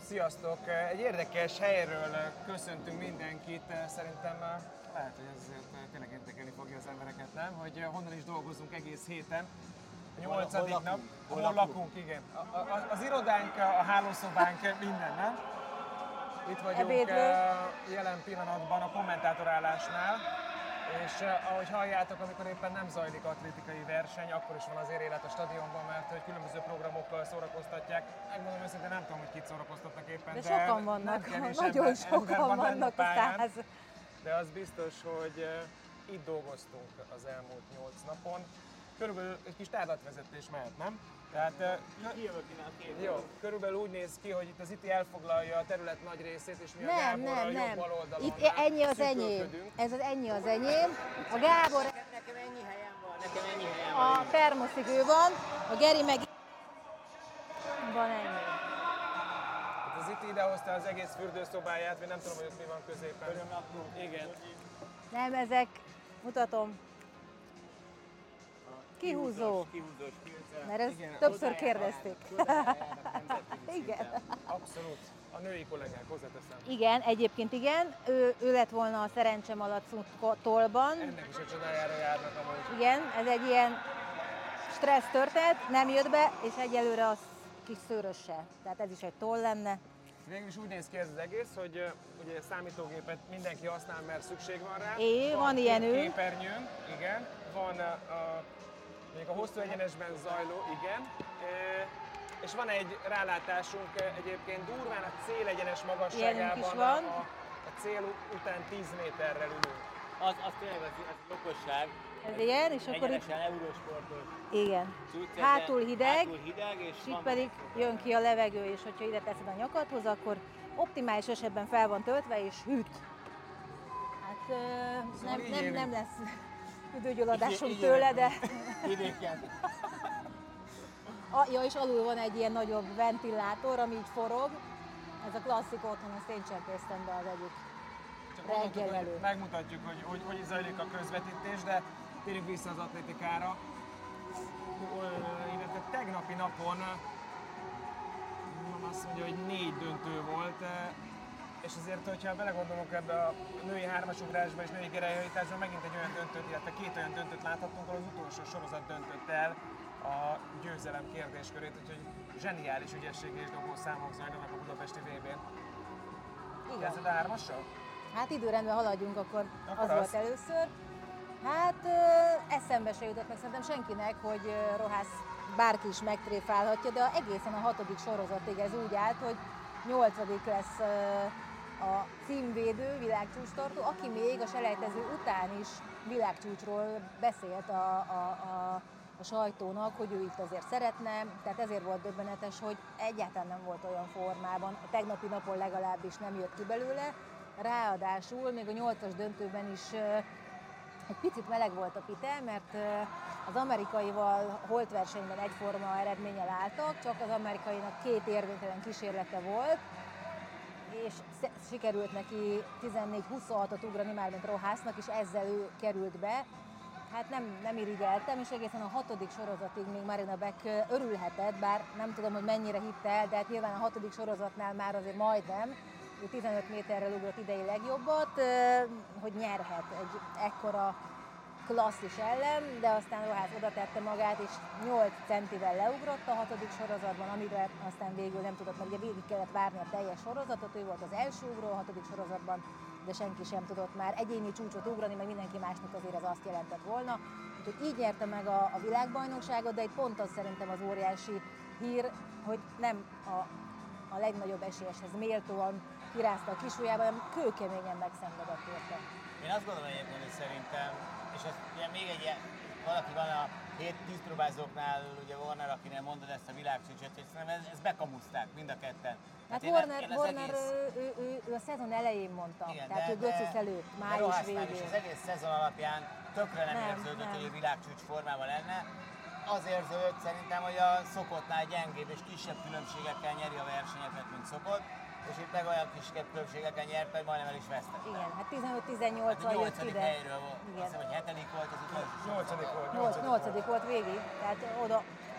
Sziasztok! Egy érdekes helyről köszöntünk mindenkit. Szerintem lehet, hogy ez tényleg érdekelni fogja az embereket, nem? Hogy honnan is dolgozunk egész héten. A 8. nap. Hol lakunk, igen. Az irodánk, a hálószobánk, minden, nem? Itt vagyunk jelen pillanatban a kommentátorállásnál. És ahogy halljátok, amikor éppen nem zajlik atlétikai verseny, akkor is van azért élet a stadionban, mert hogy különböző programokkal szórakoztatják. Megmondom őszintén, nem tudom, hogy kit szórakoztatnak éppen, de sokan vannak, nagyon sokan vannak a pályán. De az biztos, hogy itt dolgoztunk az elmúlt 8 napon. Körülbelül egy kis tárlatvezetés mehet, nem? Tehát, jó, körülbelül úgy néz ki, hogy itt az ITI elfoglalja a terület nagy részét, és mi a Gáborral jobb bal oldalon itt ennyi az enyém. Ez az ennyi az enyém. A Gábor... Nekem ennyi helyem van, A termoszig ő van, a Geri meg... Van ennyi. Az ITI idehozta az egész fürdőszobáját, vagy nem tudom, hogy ott mi van középen. Igen. Nem, ezek... Mutatom. Kihúzós. Mert ezt többször kérdezték. Igen. Abszolút. A női kollégák, hozzáteszem. Igen, egyébként igen. Ő lett volna a szerencsém alatt tollban. Ennek is a csodájára járnak amúgy. Igen, ez egy ilyen stressz történet, nem jött be, és egyelőre az kis szőrössel. Tehát ez is egy toll lenne. Végül is úgy néz ki ez az egész, hogy ugye számítógépet mindenki használ, mert szükség van rá. Van ilyen képernyőn, igen. Van mondjuk a hosszú egyenesben zajló, igen. És van egy rálátásunk egyébként durván a célegyenes magasságában. Is van. A cél után 10 méterrel ülünk. Az tényleg az okosság. Ez ilyen, és akkor itt... Eurosportos. Igen. Hátul hideg, és itt pedig jön ki a levegő, és hogyha ide teszed a nyakadhoz, akkor optimális esetben fel van töltve, és hűt. Hát szóval nem lesz üdvgyulladásunk tőle, de... Ja, és alul van egy ilyen nagyobb ventilátor, ami így forog. Ez a klasszik otthon, ezt én csempésztem be az egyik reggel elő. Megmutatjuk, hogy zajlik a közvetítés, de térjünk vissza az atlétikára. Illetve tegnapi napon azt mondja, hogy 4 döntő volt, és azért, hogyha belegondolunk ebbe a női hármasugrásba és női gerelyhajításba, megint egy olyan döntőt, illetve 2 olyan döntőt láthattunk, ahol az utolsó sorozat döntött el a győzelem kérdéskörét, úgyhogy zseniális ügyességi és dobószámok zajlanak a budapesti VB-n. Kezded a 3-assal? Hát időrendben haladjunk, akkor az volt először. Hát eszembe se jutott meg szerintem senkinek, hogy Rohász bárki is megtréfálhatja, de egészen a 6. sorozatig ez úgy állt, hogy 8. lesz a címvédő, világcsúcstartó, aki még a selejtező után is világcsúcsról beszélt a sajtónak, hogy ő itt azért szeretne, tehát ezért volt döbbenetes, hogy egyáltalán nem volt olyan formában, a tegnapi napon legalábbis nem jött ki belőle, ráadásul még a 8-as döntőben is egy picit meleg volt a pite, mert az amerikaival holtversenyben egyforma eredménnyel álltak, csak az amerikainak 2 érvénytelen kísérlete volt, és sikerült neki 14-26-ot ugrani, mármint Rohásznak, és ezzel ő került be. Hát nem irigyeltem, és egészen a 6. sorozatig még Marina Beck örülhetett, bár nem tudom, hogy mennyire hitte el, de hát nyilván a 6. sorozatnál már azért majdnem, ő 15 méterrel ugrott idei legjobbat, hogy nyerhet egy ekkora klasszis ellen, de aztán Rohász oda tette magát, és 8 centivel leugrott a 6. sorozatban, amire aztán végül nem tudott, mert ugye végig kellett várni a teljes sorozatot, ő volt az első ugró a 6. sorozatban, de senki sem tudott már egyéni csúcsot ugrani, mert mindenki másnak azért ez azt jelentett volna. Úgyhogy így nyerte meg a világbajnokságot, de itt pont az szerintem az óriási hír, hogy nem a legnagyobb esélyeshez méltóan kirázta a kisujjában, hanem kőkeményen megszenvedett érte. Én azt gondolom egyébként, hogy szerintem, és ez ugye még egy ilyen, valaki van a 7-10 próbázóknál, ugye Warner, akinél mondod ezt a világcsúcsot, hogy szerintem ezt bekamuszták mind a ketten. Hát Warner ő a szezon elején mondta, igen, tehát ő Göcisz előtt, május végén. És az egész szezon alapján tökre nem érződött, hogy ő világcsúcs formában lenne. Az érződött szerintem, hogy a szokottnál gyengébb és kisebb különbségekkel nyeri a versenyeket, mint szokott. És itt meg olyan kisebb különbségekkel nyert, hogy majdnem el is vesztett. Igen, hát 15-18-al jött ide. 8. helyről volt, azt hiszem, hogy 7. volt az utolsó. 8. volt. 8. volt végig, tehát oda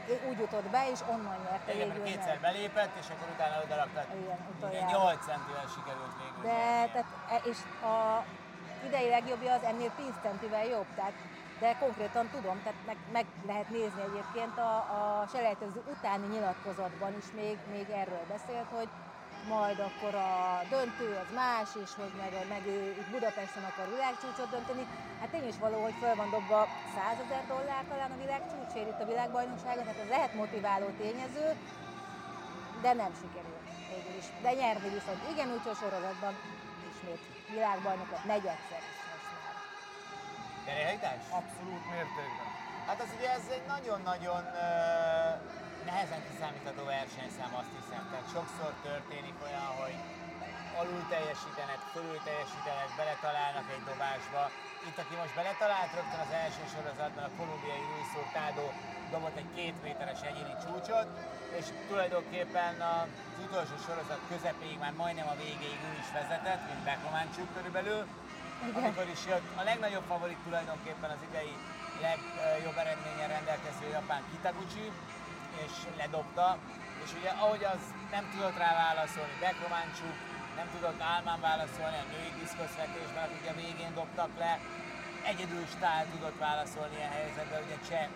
úgy jutott be, és onnan nyerte Igen, végül mert kétszer meg. belépett, és akkor utána odaraktad. Igen, Igen, utoljára. 8 centivel sikerült végül. De, tehát, és a idei legjobbja az ennél 10 centivel jobb, tehát, de konkrétan tudom, tehát meg lehet nézni egyébként a selejtező utáni nyilatkozatban is még erről beszélt, hogy majd akkor a döntő az más, és hogy meg ő itt Budapesten akar világcsúcsot dönteni. Hát tény is való, hogy föl van dobva $100,000 talán a világcsúcsért itt a világbajnokságon, tehát ez lehet motiváló tényező, de nem sikerült végül is. De nyerni viszont igen, úgyhogy sorozatban ismét világbajnok lett negyedszer is most már. Gerelyhajtás? Abszolút mértékben. Hát az ugye ez egy nagyon-nagyon nehezen kiszámítható versenyszám, azt hiszem. Tehát sokszor történik olyan, hogy alul teljesítenek, fölül teljesítenek, beletalálnak egy dobásba. Itt, aki most beletalált rögtön az első sorozatban, a kolumbiai Luis Hurtado dobott egy 2 méteres egyéni csúcsot, és tulajdonképpen az utolsó sorozat közepéig, már majdnem a végéig ő is vezetett, mint Bekromancsuk körülbelül. Amikor is jött a legnagyobb favorit tulajdonképpen az idei legjobb eredményen rendelkező japán Kitaguchi, és ledobta, és ugye ahogy az nem tudott rá válaszolni Bekromancsuk, nem tudott Álmán válaszolni a női diszkoszvetésben, akik a végén dobtak le, egyedül Stál tudott válaszolni ilyen helyzetben, ugye Cseh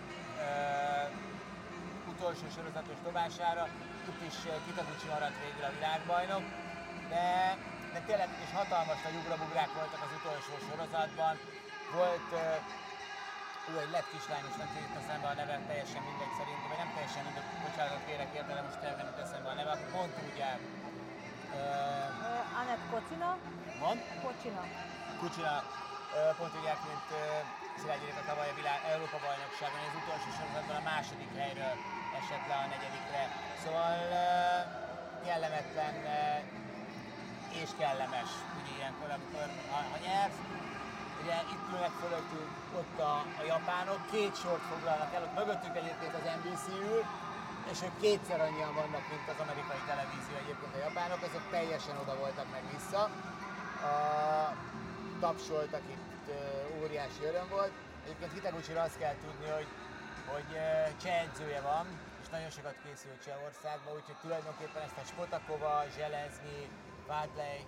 utolsó sorozatos dobására, itt is Kitaguchi maradt végül a világbajnok, de tényleg is hatalmas nagy ugrabugrák voltak az utolsó sorozatban. Volt egy lett kislány, és nem jut eszembe a neve, teljesen mindegy szerintem, vagy nem teljesen mindegy, bocsánatot kérek érte, de most tényleg nem jut eszembe a neve, pont úgy áll. Anett Kocina? Mond? Kocsina. Kucsina pont úgy áll, mint Szilágyi Réka tavaly a Európa-bajnokságon, az utolsó sorozatban a második helyről esett le a negyedikre. Szóval kellemetlen és kellemes, ugye ilyenkor, amikor ha nyersz. Ugye itt ülnek fölöttünk ott a japánok, 2 sort foglalnak el, ott mögöttünk egyébként az NBC ül, és ők 2-szer annyian vannak, mint az amerikai televízió egyébként a japánok, azok teljesen oda voltak meg vissza. Tapsoltak itt, óriási öröm volt. Egyébként Kitaguchira azt kell tudni, hogy cseh edzője van, és nagyon sokat készült Csehországba, úgyhogy tulajdonképpen ezt a Spotakova, Zseleznyi, Vádlej,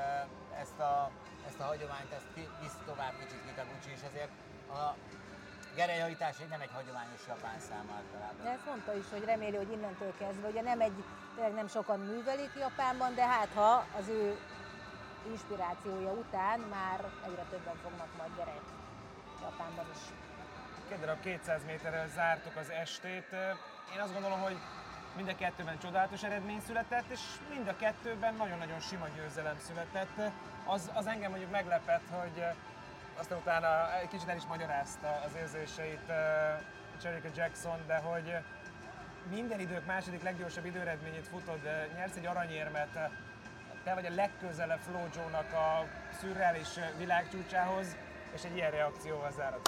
ezt a hagyományt, ezt visz tovább kicsit Kitaguchi, és azért a gerelyhajtás nem egy hagyományos japán szám általában. De ezt mondta is, hogy reméli, hogy innentől kezdve, ugye tényleg nem sokan művelik Japánban, de hát ha az ő inspirációja után már egyre többen fognak majd gerelyt Japánban is. Darab 200 méterrel zártuk az estét. Én azt gondolom, hogy mind a kettőben csodálatos eredmény született, és mind a kettőben nagyon-nagyon sima győzelem született. Az engem mondjuk meglepett, hogy aztán utána egy kicsit el is magyarázta az érzéseit Cherika Jackson, de hogy minden idők második leggyorsabb időeredményét futod, nyersz egy aranyérmet, te vagy a legközelebb Flo Joe-nak a szürreális világcsúcsához, és egy ilyen reakcióval zárod.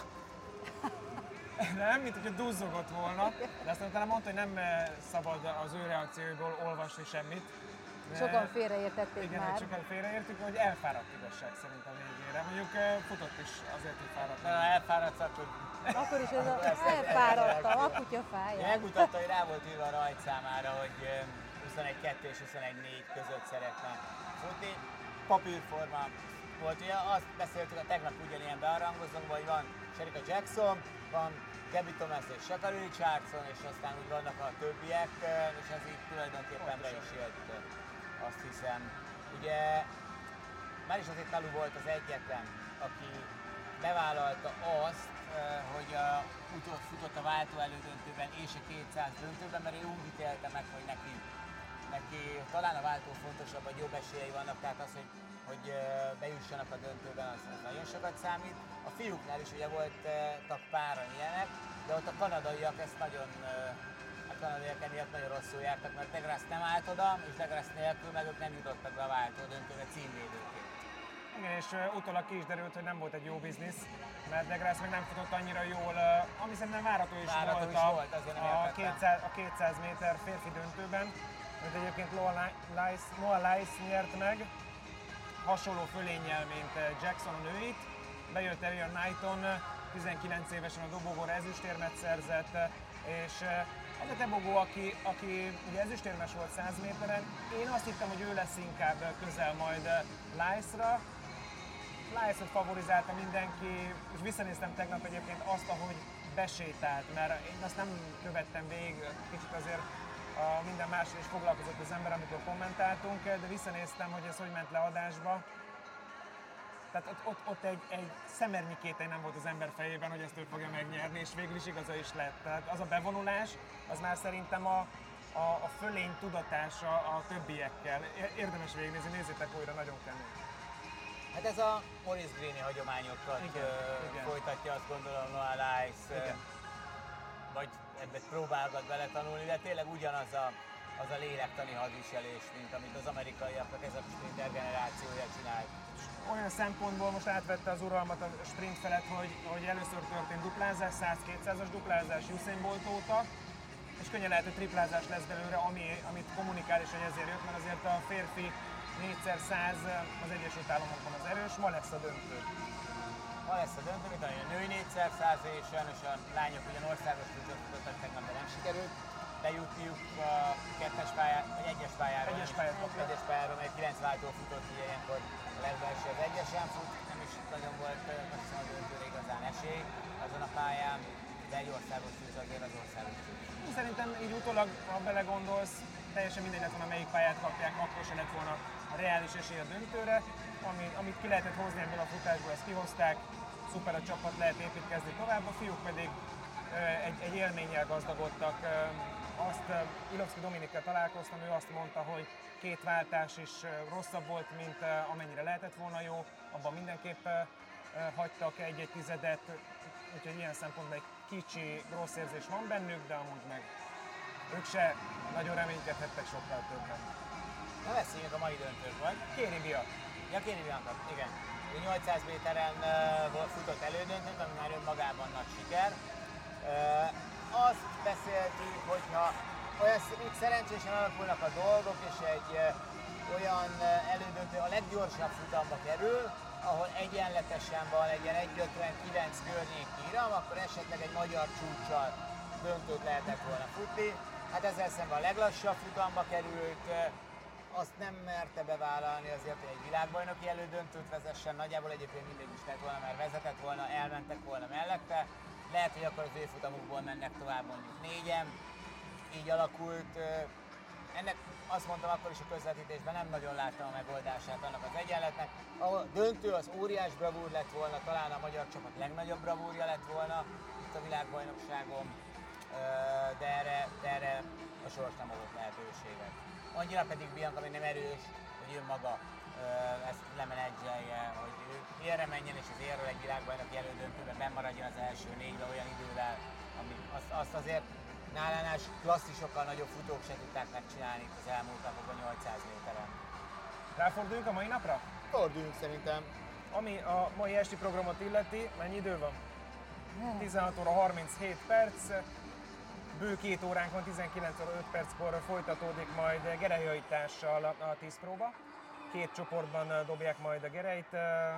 Nem, mint hogyha duzzogott volna, de aztán utána mondta, hogy nem szabad az ő reakcióiból olvasni semmit. Sokan félreértették igen, már. Igen, sokan félreértük, hogy elfáradt igazság szerint a végére. Mondjuk futott is azért, hogy fáradt. Na, elfáradsz, akkor... Akkor is ez elfáradtam, a kutya fáján. Megmutatta, hogy rá volt írva a rajtszámára, hogy 21-2 és 21-4 között szeretne futni. Papírforma volt, ugye azt beszéltük a tegnap ugyanilyen bearangozónkban, hogy van Cherika Jackson, van Gabby Thomas és Sha'Carri Richardson, és aztán úgy vannak a többiek, és ez így tulajdonképpen be is jött, azt hiszem. Ugye Marisa Talu volt az egyetlen, aki bevállalta azt, hogy futott a váltó elődöntőben és a 200 döntőben, mert ő úgy ítélte meg, hogy neki talán a váltó fontosabb, vagy jobb esélyei vannak, tehát az, hogy bejussanak a döntőben, az nagyon sokat számít. A fiúknál is ugye voltak páran ilyenek, de ott a kanadaiak ezt nagyon, a kanadaiak emiatt nagyon rosszul jártak, mert DeGrasse nem állt oda, és DeGrasse nélkül meg ők nem jutottak be a váltó döntőbe címvédőként. Igen, és utólag ki is derült, hogy nem volt egy jó biznisz, mert DeGrasse meg nem futott annyira jól, ami szerintem várható is volt a 200 méter férfi döntőben, mert egyébként Noah Lyles nyert meg, hasonló fölénnyel, mint Jackson a nőit. Bejött Erin Knighton, 19 évesen a dobogóra ezüstérmet szerzett, és Az a Tebogo, aki ugye ezüstérmes volt 100 méteren, én azt hittem, hogy ő lesz inkább közel majd Lyce-ra. Lyce-ot favorizálta mindenki, és visszanéztem tegnap egyébként azt, ahogy besétált, mert én azt nem követtem végig, kicsit azért minden mással is foglalkozott az ember, amikor kommentáltunk, de visszanéztem, hogy ez hogy ment le adásba. Tehát ott egy szemernyi kételj nem volt az ember fejében, hogy ezt ő fogja megnyerni, és végül is igaza is lett. Tehát az a bevonulás, az már szerintem a fölény tudatása a többiekkel. Érdemes végignézni, nézzétek újra, nagyon kemény. Hát ez a Maurice Greene hagyományokat igen. folytatja, azt gondolom, Noah Lyles, vagy ebbe próbálgat bele tanulni, de tényleg ugyanaz az a lélektani hadviselés, mint amit az amerikaiaknak ez a sprinter generációja csinált. Olyan szempontból most átvette az uralmat a sprint felett, hogy először történt duplázás, 100-200-as duplázás Usain Bolt óta, és könnyen lehet, hogy triplázás lesz belőle, amit kommunikál is, hogy ezért jött, mert azért a férfi 4x100 az Egyesült Államokban az erős, ma lesz a döntő. Ma lesz a döntő, mint a női 4x100 és sajnos a lányok ugyan országos csúcsot futottak tegnap, de nem sikerült bejutniuk a kettes pályára, vagy egyes pályára. Egyes pályára, mert 9 váltó futott, ugye ilyenkor a legbelső az egyesen fut, nem is nagyon volt azt hiszem a döntőre igazán esély azon a pályán, de egy országos csúcs azért az országos csúcs. Szerintem így utólag, ha belegondolsz, teljesen mindegy lett volna, melyik pályát kapják, akkor se lett volna a reális esély a döntőre. Amit ki lehetett hozni ebből a futásból, ezt kihozták, szuper a csapat, lehet építkezni tovább, a fiúk pedig egy élménnyel gazdagodtak. Ilovszki Dominikkel találkoztam, ő azt mondta, hogy 2 váltás is rosszabb volt, mint amennyire lehetett volna jó, abban mindenképp hagytak egy tizedet, úgyhogy ilyen szempontból egy kicsi rossz érzés van bennük, de amúgy meg ők se nagyon reménykedhettek sokkal többen. Na beszéljünk a mai döntőkről. Kéri Bia. Ja, Kéri Bianca, igen. Ő 800 méteren futott elődöntőt, ami már önmagában nagy siker. Azt beszéltük, hogyha olyan szerencsésen alakulnak a dolgok, és egy olyan elődöntő a leggyorsabb futamba kerül, ahol egyenletesen van egy ilyen 1:59 környéki iram, akkor esetleg egy magyar csúccsal döntőt lehetett volna futni. Hát ezzel szemben a leglassabb futamba került, azt nem merte bevállalni azért, hogy egy világbajnoki elődöntőt vezessen, nagyjából egyébként mindig is lett volna, mert vezetett volna, elmentek volna mellette. Lehet, hogy akkor az ő futamukból mennek tovább mondjuk 4-en, így alakult. Ennek azt mondtam akkor is a közvetítésben, nem nagyon láttam a megoldását annak az egyenletnek. A döntő az óriás bravúr lett volna, talán a magyar csapat legnagyobb bravúrja lett volna itt a világbajnokságon, de erre a sors nem adott lehetőséget. Annyira pedig Bianca még nem erős, hogy ő maga ezt lemenedzselje, hogy ő érre menjen és az érről egy világbajnoki elődöntőben bennmaradjon az első 4-ben olyan idővel, ami azt azért nálánál klasszisokkal nagyobb futók se tudták megcsinálni itt az elmúlt napokban 800 méteren. Ráforduljunk a mai napra? Forduljunk szerintem. Ami a mai esti programot illeti, mennyi idő van? 16 óra 37 perc, bő 2 óránk van, 19 óra 5 perckor folytatódik majd gerelyjavítással a 10 próba. 2 csoportban dobják majd a gerelyt,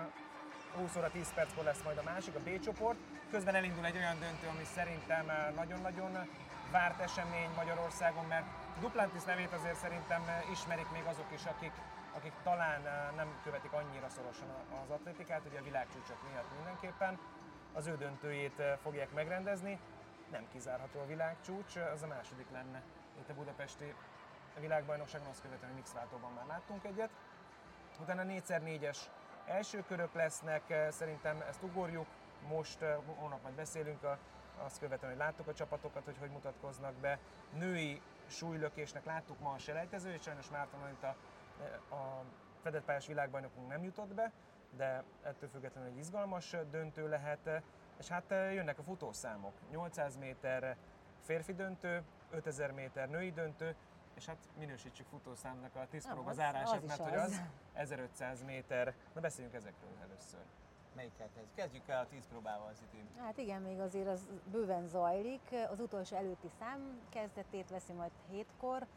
20 óra 10 perckor lesz majd a másik, a B csoport. Közben elindul egy olyan döntő, ami szerintem nagyon-nagyon várt esemény Magyarországon, mert Duplantis nevét azért szerintem ismerik még azok is, akik talán nem követik annyira szorosan az atlétikát, ugye a világcsúcsok miatt mindenképpen. Az ő döntőjét fogják megrendezni. Nem kizárható a világcsúcs, az a második lenne itt a budapesti világbajnokságon, azt követően, hogy mixváltóban már láttunk egyet. Utána 4x4-es első körök lesznek, szerintem ezt ugorjuk, most holnap majd beszélünk, azt követően, hogy láttuk a csapatokat, hogy mutatkoznak be. Női súlylökésnek láttuk ma a selejtezőt, sajnos Márton Anita a fedett pályás világbajnokunk nem jutott be, de ettől függetlenül egy izgalmas döntő lehet. És hát jönnek a futószámok. 800 méter férfi döntő, 5000 méter női döntő, és hát minősítsük futószámnak a 10 próba zárását, mert hogy az 1500 méter. Na beszéljünk ezekről először. Melyikkel kezdjük el a 10 próbával, Ziti? Hát igen, még azért az bőven zajlik. Az utolsó előtti szám kezdetét veszi majd 7-kor.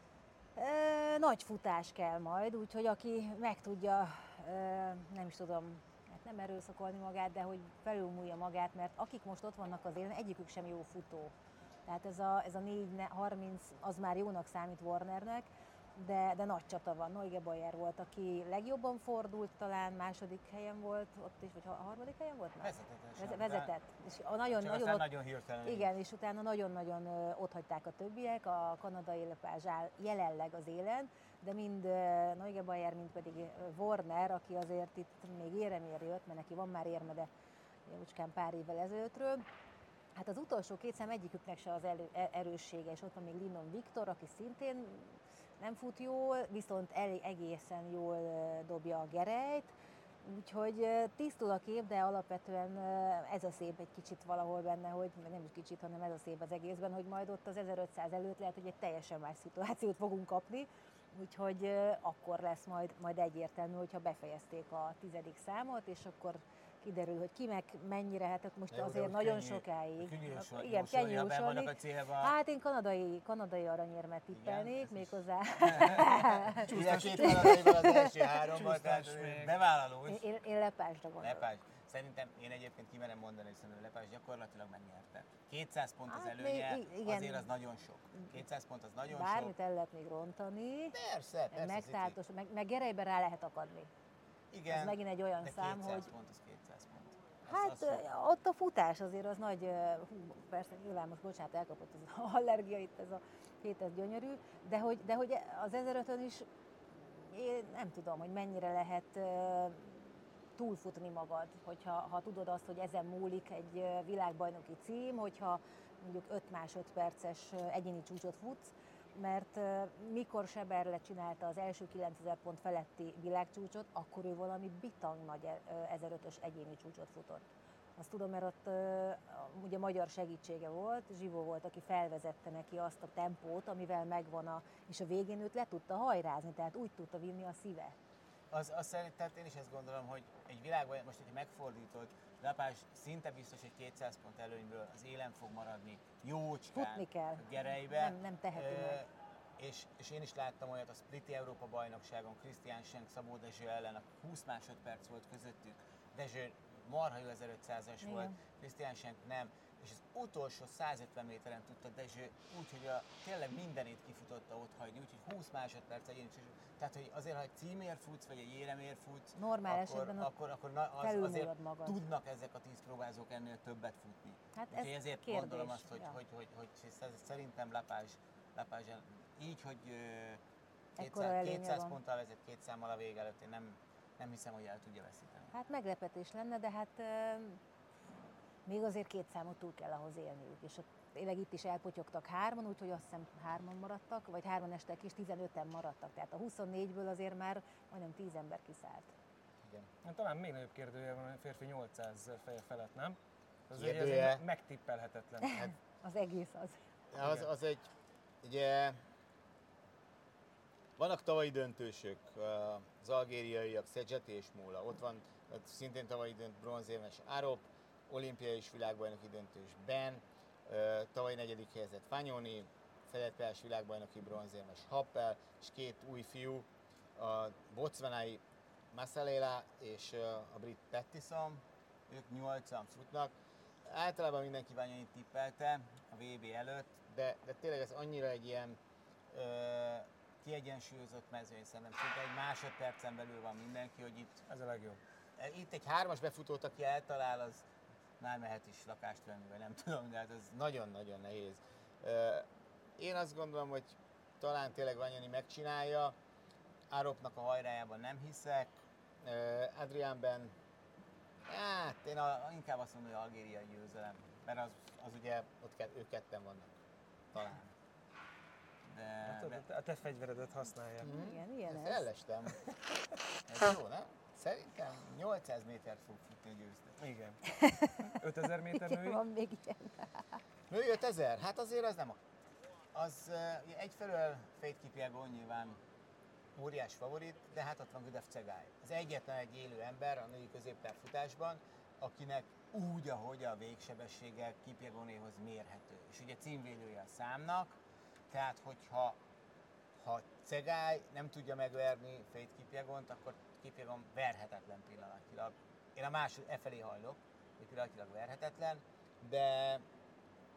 Nagy futás kell majd, úgyhogy aki meg tudja, nem is tudom, nem erőszakolni magát, de hogy felülmúlja magát, mert akik most ott vannak az élen, egyikük sem jó futó. Tehát ez a 4:30 az már jónak számít Warnernek, de nagy csata van. Neugebauer volt, aki legjobban fordult, talán második helyen volt ott is, vagy a harmadik helyen volt már? Vezetett. És nagyon hirtelen. Igen, és utána nagyon-nagyon otthagyták a többiek, a kanadai Lepage áll jelenleg az élen, de mind Neugebauer, mind pedig Warner, aki azért itt még éremér jött, mert neki van már érme, de jócskán pár évvel ezelőttről. Hát az utolsó két szám egyiküknek se az erőssége, és ott van még Linnon Viktor, aki szintén nem fut jól, viszont egészen jól dobja a gerelyt, úgyhogy tisztul a kép, de alapvetően ez a szép egy kicsit valahol benne, hogy nem is kicsit, hanem ez a szép az egészben, hogy majd ott az 1500 előtt lehet, hogy egy teljesen más szituációt fogunk kapni, úgyhogy akkor lesz majd egyértelmű, hogyha befejezték a 10. számot, és akkor kiderül, hogy ki meg mennyire, hát most azért nagyon sokáig. Igen, Kenyúson. Hát én kanadai aranyérmet tippelnék, méghozzá. Csúszta két kanadaiból az első háromban, tehát bevállaló. Én Lepage-ra gondolok. Lepage. Szerintem én egyébként kimerem mondani, hogy szerintem Lepage gyakorlatilag megnyerte. 200 pont az előnye, azért az nagyon sok. 200 pont az nagyon sok. Bármit el lehet még rontani. Persze. Megtáltos, meg gerelyben rá lehet akadni. Igen, ez megint egy olyan szám, 200 hogy... pont, az 200 pont. Hát ott a futás azért az nagy, persze nyilván most bocsánat, elkapott az allergia itt, ez a hét, ez gyönyörű, de hogy az 1500-ön is én nem tudom, hogy mennyire lehet túlfutni magad, ha tudod azt, hogy ezen múlik egy világbajnoki cím, hogyha mondjuk 5 másodperces egyéni csúcsot futsz, mert mikor Seberle csinálta az első 9000 pont feletti világcsúcsot, akkor ő valami bitang nagy 1500-ös egyéni csúcsot futott. Azt tudom, mert ott ugye magyar segítsége volt, Zsivó volt, aki felvezette neki azt a tempót, amivel megvan és a végén őt le tudta hajrázni, tehát úgy tudta vinni a szíve. Tehát én is ezt gondolom, hogy egy világban, most hogyha megfordítod, Lepage szinte biztos, hogy 200 pont előnyből az élen fog maradni, jócskán futni kell. A gerelybe. Nem teheti meg. És én is láttam olyat a Spliti Európa bajnokságon, Christian Schenk, Szabó Dezső ellen, 20 másodperc volt közöttük. Dezső marha jó 1500-as volt, Christian Schenk nem. És az utolsó 150 méteren tudta Dezső úgy, hogy tényleg mindenét kifutotta ott hagyni, úgyhogy 20 másodperc egyéni. Tehát, hogy azért, ha egy címért futsz, vagy egy éremért futsz, normál esetben azért magad. Tudnak ezek a 10 próbázók ennél többet futni. Hát ez ezért kérdés. gondolom azt, hogy szerintem Lepage így, hogy 200 ponttal vezet 2 számmal a vége előtt, én nem hiszem, hogy el tudja veszíteni. Hát meglepetés lenne, de hát még azért 2 számot túl kell ahhoz élniük, és tényleg itt is elpotyogtak 3-an, úgyhogy azt hiszem 3-an maradtak, vagy 3-an estek és 15-en maradtak, tehát a 24-ből azért már majdnem 10 ember kiszállt. Igen. Hát, talán még nagyobb kérdője van a férfi 800 feje felett, nem? Az kérdője... megtippelhetetlen. Hát, az egész az. Az egy, ugye, vannak tavalyi döntősök, az algériaiak, Szedzseti és Móla, ott van szintén tavalyi bronzérmes Arop, olimpiai és világbajnoki döntős Ben, tavalyi 4. helyezett Fagnoni, fedett világbajnoki bronzérmes Happel, és 2 új fiú, a botswanai Masalela és a brit Pattison, ők 8-an futnak. Általában mindenki Fagnonit tippelte a VB előtt, de tényleg ez annyira egy ilyen kiegyensúlyozott mezőny, szerintem szinte egy másodpercen belül van mindenki, hogy itt... Ez a legjobb. Itt egy 3-as befutót, aki eltalál, az már mehet is lakást venni, vagy nem tudom, de hát ez nagyon-nagyon nehéz. Én azt gondolom, hogy talán tényleg Fagnoni megcsinálja, Aropnak a hajrájában nem hiszek, Adriánben, hát én inkább azt mondom, hogy algériai győzelem, mert az ugye ott ők ketten vannak, talán. A te fegyveredet használják. Igen, ilyen ezt ez. ellestem. Ez jó, nem? Szerintem 800 métert fog futni a győztes. Igen. 5000 méter női? Van még ilyen. Női 5000? Hát azért az nem az egyfelől Faith Kipyegon nyilván óriás favorit, de hát ott van Gudev Cegály. Az egyetlen egy élő ember a női középtávfutásban, akinek úgy, ahogy a végsebessége Kipyegonéhoz mérhető. És ugye címvédője a számnak, tehát hogyha Cegály nem tudja megverni Faith Kipyegont, akkor Kipyegon verhetetlen pillanatilag. Én a felé hajlok, hogy pillanatilag verhetetlen, de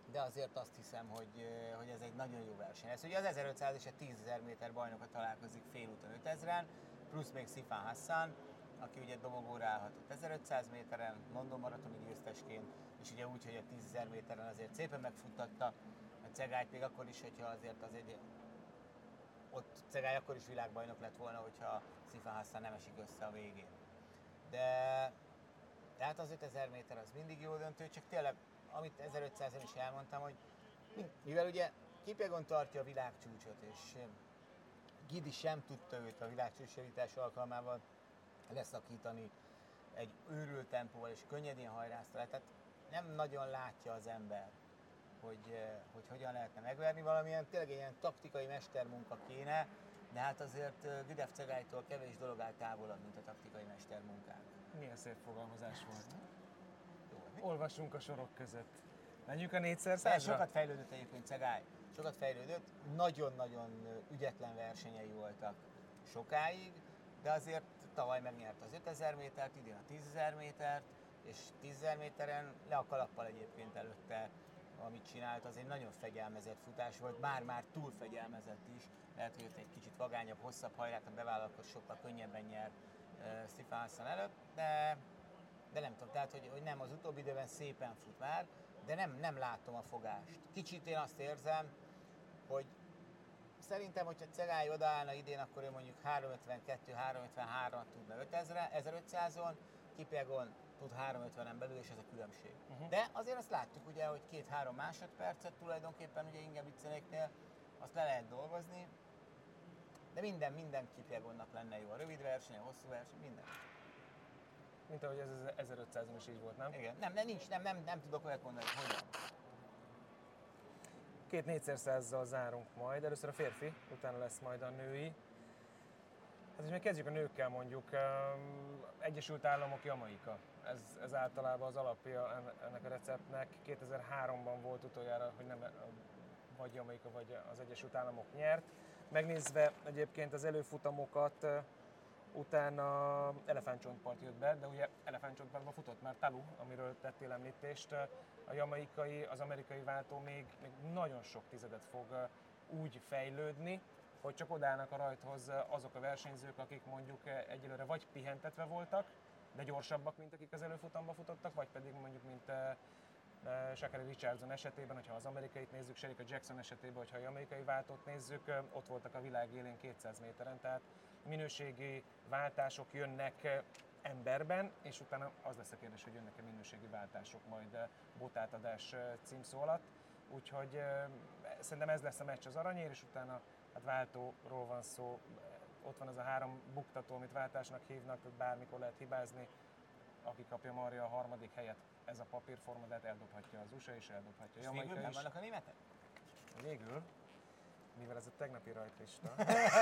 de azért azt hiszem, hogy ez egy nagyon jó verseny. Ez ugye az 1500 és a 10.000 méter bajnoka találkozik félúton 5000-en, plusz még Sifan Hassan, aki ugye dobogóra állhatott 1500 méteren, London maratoni győztesként, és ugye úgy, hogy a 10.000 méteren azért szépen megfuttatta a Cegályt, még akkor is, hogyha azért az egy ott Cegály akkor is világbajnok lett volna, hogyha Sifan Hassan nem esik össze a végén. De tehát az 5000 méter az mindig jó döntő, csak tényleg, amit 1500-en is elmondtam, hogy mivel ugye Kipyegon tartja a világcsúcsot, és Gidi sem tudta őt a világcsúcsjavítás alkalmával leszakítani egy őrült tempóval, és könnyedén hajrázta le, tehát nem nagyon látja az ember, hogy hogyan lehetne megverni, valamilyen tényleg ilyen taktikai mestermunka kéne, de hát azért Gudev Cegálytól kevés dolog áll távolabb, mint a taktikai mestermunkák. Milyen szép fogalmazás volt. Olvassunk a sorok között. Menjünk a 4x100-ra? Sokat fejlődött egyébként Cegály. Sokat fejlődött, nagyon-nagyon ügyetlen versenyei voltak sokáig, de azért tavaly megnyerte az 5000 métert, idén a 10.000 métert, és 10.000 méteren le a kalappal egyébként előtte, amit csinált, az egy nagyon fegyelmezett futás volt, már túl fegyelmezett is, lehet, hogy egy kicsit vagányabb, hosszabb hajrát a bevállalkozó sokkal könnyebben nyer Sifan Hassan előtt, de nem tudom, tehát hogy nem, az utóbbi időben szépen fut már, de nem látom a fogást. Kicsit én azt érzem, hogy szerintem, hogyha Cegály odaállna idén, akkor ő mondjuk 3.52-3.53-at tudna 1500-on, Kipyegon tud 3.50-en belül, és ez a különbség. De azért azt láttuk ugye, hogy 2-3 másodpercet tulajdonképpen ugye Ingebrigtsenéknél azt le lehet dolgozni, de minden Kipyegonnak lenne jó. A rövid verseny, a hosszú verseny, minden. Mint ahogy ez az 1500-on is így volt, nem? Igen, nem tudok olyat mondani, hogy hogyan. Két 4x100-zal zárunk majd. Először a férfi, utána lesz majd a női. Hát, és még kezdjük a nőkkel mondjuk. Egyesült Államok, Jamaika. Ez általában az alapja ennek a receptnek. 2003-ban volt utoljára, hogy nem vagy Jamaika, vagy az Egyesült Államok nyert. Megnézve egyébként az előfutamokat, utána elefántcsontpart jött be, de ugye elefántcsontpartban futott már Talu, amiről tettél említést. A jamaikai, az amerikai váltó még nagyon sok tizedet fog úgy fejlődni, hogy csak odállnak a rajthoz azok a versenyzők, akik mondjuk egyelőre vagy pihentetve voltak, de gyorsabbak, mint akik az előfutamban futottak, vagy pedig mondjuk, mint Sha'Carri Richardson esetében, hogyha az amerikait nézzük, Shericka Jackson esetében, hogyha a jamaikai váltót nézzük, ott voltak a világ élén 200 méteren, tehát minőségi váltások jönnek emberben, és utána az lesz a kérdés, hogy jönnek-e minőségi váltások majd botátadás címszó alatt. Úgyhogy szerintem ez lesz a meccs az aranyér, és utána hát váltóról van szó, ott van az a 3 buktató, amit váltásnak hívnak, tehát bármikor lehet hibázni. Aki kapja marja a harmadik helyet, ez a papírforma, de hát eldobhatja az USA is, eldobhatja a Jamaika is. Végül nem vannak a németek? Végül, mivel ez a tegnapi rajtlista.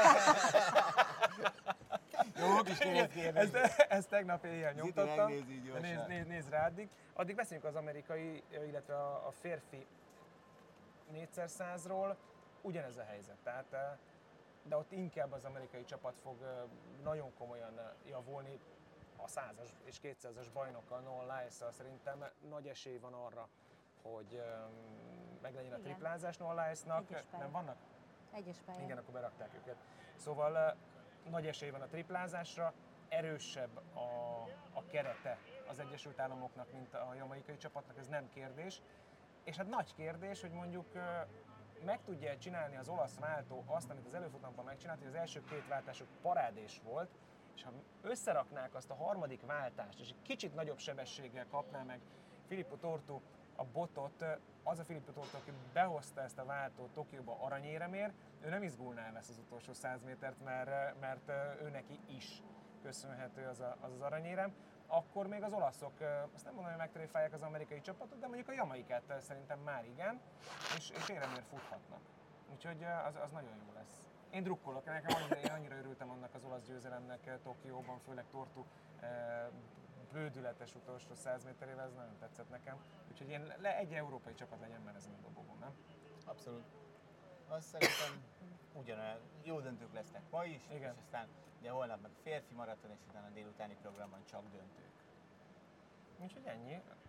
Jó kis kérdés. Ezt tegnap éjjel nyomtattam. Nézd rá addig. Addig beszéljünk az amerikai, illetve a férfi 4x100-ról. Ugyanez a helyzet. Tehát, de ott inkább az amerikai csapat fog nagyon komolyan javulni. A 100-as és 200-as bajnokkal, Noah Lyles-szal szerintem nagy esély van arra, hogy meglegyen a triplázás Noah Lyles-nak. Nem vannak? Egyes pályán. Igen, akkor berakták őket. Szóval nagy esély van a triplázásra, erősebb a kerete az Egyesült Államoknak, mint a jamaikai csapatnak, ez nem kérdés. És hát nagy kérdés, hogy mondjuk meg tudja csinálni az olasz váltó azt, amit az előfutamban megcsinált, hogy az első 2 váltások parádés volt, és ha összeraknák azt a harmadik váltást, és egy kicsit nagyobb sebességgel kapná meg Filippo Tortu a botot, az a Filippo Tortu, aki behozta ezt a váltót Tokióba aranyéremért, ő nem izgulná el ezt az utolsó 100 métert, mert ő neki is köszönhető az aranyérem. Akkor még az olaszok, azt nem mondom, hogy megtréfálják az amerikai csapatot, de mondjuk a jamaikát szerintem már igen, és éremért futhatnak. Úgyhogy az nagyon jó lesz. Én drukkolok, én annyira örültem annak az olasz győzelemnek Tokióban, főleg Tortu bődületes utolsó 100 méterével, ez nagyon tetszett nekem. Úgyhogy egy európai csapat legyen már ezen a dobogón, nem? Abszolút. Azt szerintem ugyanolyan jó döntők lesznek ma is, igen. És aztán ugye holnap meg férfi maraton, és utána a délutáni programban csak döntők. Úgyhogy ennyi.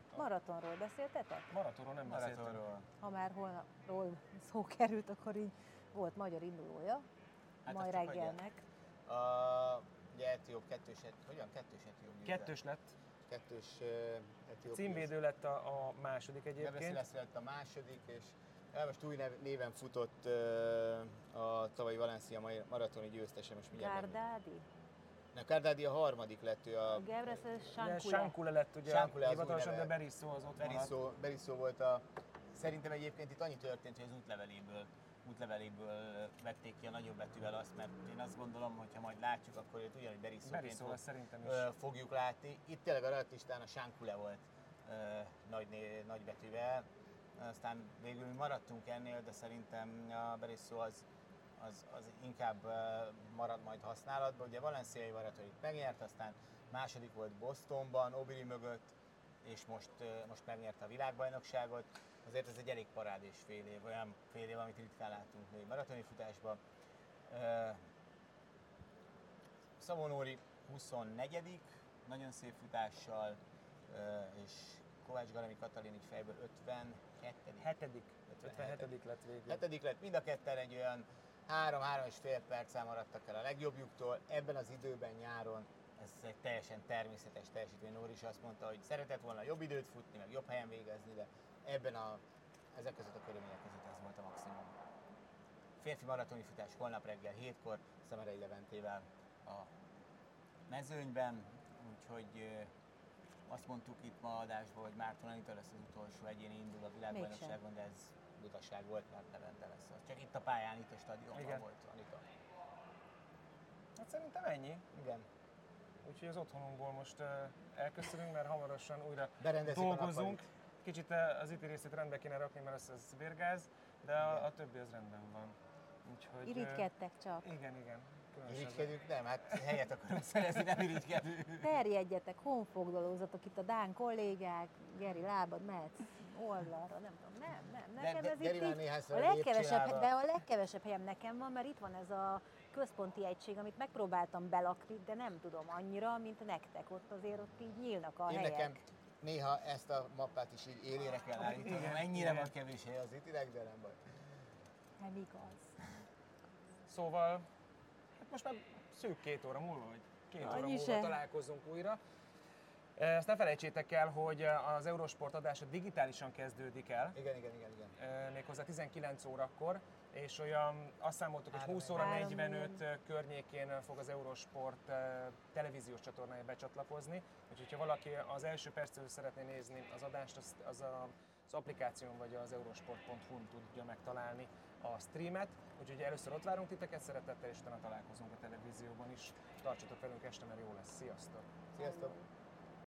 Maratonról beszéltetek? Maratonról nem beszéltünk. Maratonról. Ha már holnapról szó került, akkor így volt magyar indulója, Hát majd azt csak reggelnek. Ugye etióp hogyan kettős etióp győzte? Kettős lett. Kettős etióp. Címvédő lett a második egyébként. Lesz lett a második, és most új néven futott a tavalyi Valencia maratoni győztese, most mindjárt. Gardádi? Gardádi a harmadik lett, ő a Gebreselassie Sankule. Sankule lett ugye Sankule az hivatalosan, új de neve. Berisó az ott maradt. Berisó volt Szerintem egyébként itt annyi történt, hogy az útleveléből vették ki a nagyobb betűvel azt, mert én azt gondolom, hogy ha majd látjuk, akkor őt ugyanúgy Berisó lesz szerintem is. fogjuk látni. Itt tényleg a rajtlistán a Sankule volt nagy betűvel. Aztán végül mi maradtunk ennél, de szerintem a Berisó az inkább marad majd használatban. Ugye Valenciai maratonit megnyert, aztán második volt Bostonban, Obiri mögött, és most megnyerte a világbajnokságot. Azért ez egy elég parádés olyan fél év, amit ritkán látunk még maratoni futásban. Savonori 24. nagyon szép futással, és Kovács Garami Katalin így fejből 57. 57. lett végül. 7. lett, mind a ketten egy olyan 3-3,5 perccel maradtak el a legjobbjuktól. Ebben az időben nyáron ez egy teljesen természetes teljesítmény. Nóri is azt mondta, hogy szeretett volna jobb időt futni, meg jobb helyen végezni, de ezek között a körülmények között ez volt a maximum. Férfi maratoni futás holnap reggel 7-kor Szemerei Leventével a mezőnyben, úgyhogy azt mondtuk itt ma adásban, hogy Márton Anita lesz az utolsó egyéni indul a világbajnokságon, de ez butaság volt, mert Levente lesz. Csak itt a pályán, itt a stadionban volt Anita. Hát szerintem ennyi. Igen. Úgyhogy az otthonunkból most elköszönünk, mert hamarosan újra Berendezzük dolgozunk. Kicsit az IT részét rendbe kéne rakni, mert ez vérgáz, de a többi az rendben van. Úgyhogy, Irigykedtek csak. Igen. Irigykedünk? Nem, hát helyet akarunk szerezni, nem irigykedünk. Terjedjetek, honfoglalózatok itt a dán kollégák, Geri, lábad, mehetsz oldalra, nem tudom, nem. Nekem ez Geri itt már így néhányszor a legkevesebb, lépcsőállva. de a legkevesebb helyem nekem van, mert itt van ez a központi egység, amit megpróbáltam belakni, de nem tudom annyira, mint nektek. Ott azért ott így nyílnak a Én helyek. nekem néha ezt a mappát is így élére kell állítanom. Ennyire van kevés hely az itileg, de nem baj. Nem igaz. Szóval, hát most már szűk 2 óra múlva, vagy 2 óra Annyi múlva se. találkozunk újra. Ezt ne felejtsétek el, hogy az Eurosport adása digitálisan kezdődik el. Igen. Méghozzá 19 órakor, és olyan azt számoltuk, hogy 20 óra 45 környékén fog az Eurosport televíziós csatornája becsatlakozni. Úgyhogy ha valaki az első perctől szeretné nézni az adást, az applikáción vagy az eurosport.hu-n tudja megtalálni a streamet. Úgyhogy először ott várunk titeket szeretettel, és utána találkozunk a televízióban is. Tartsatok velünk este, mert jó lesz. Sziasztok! Sziasztok!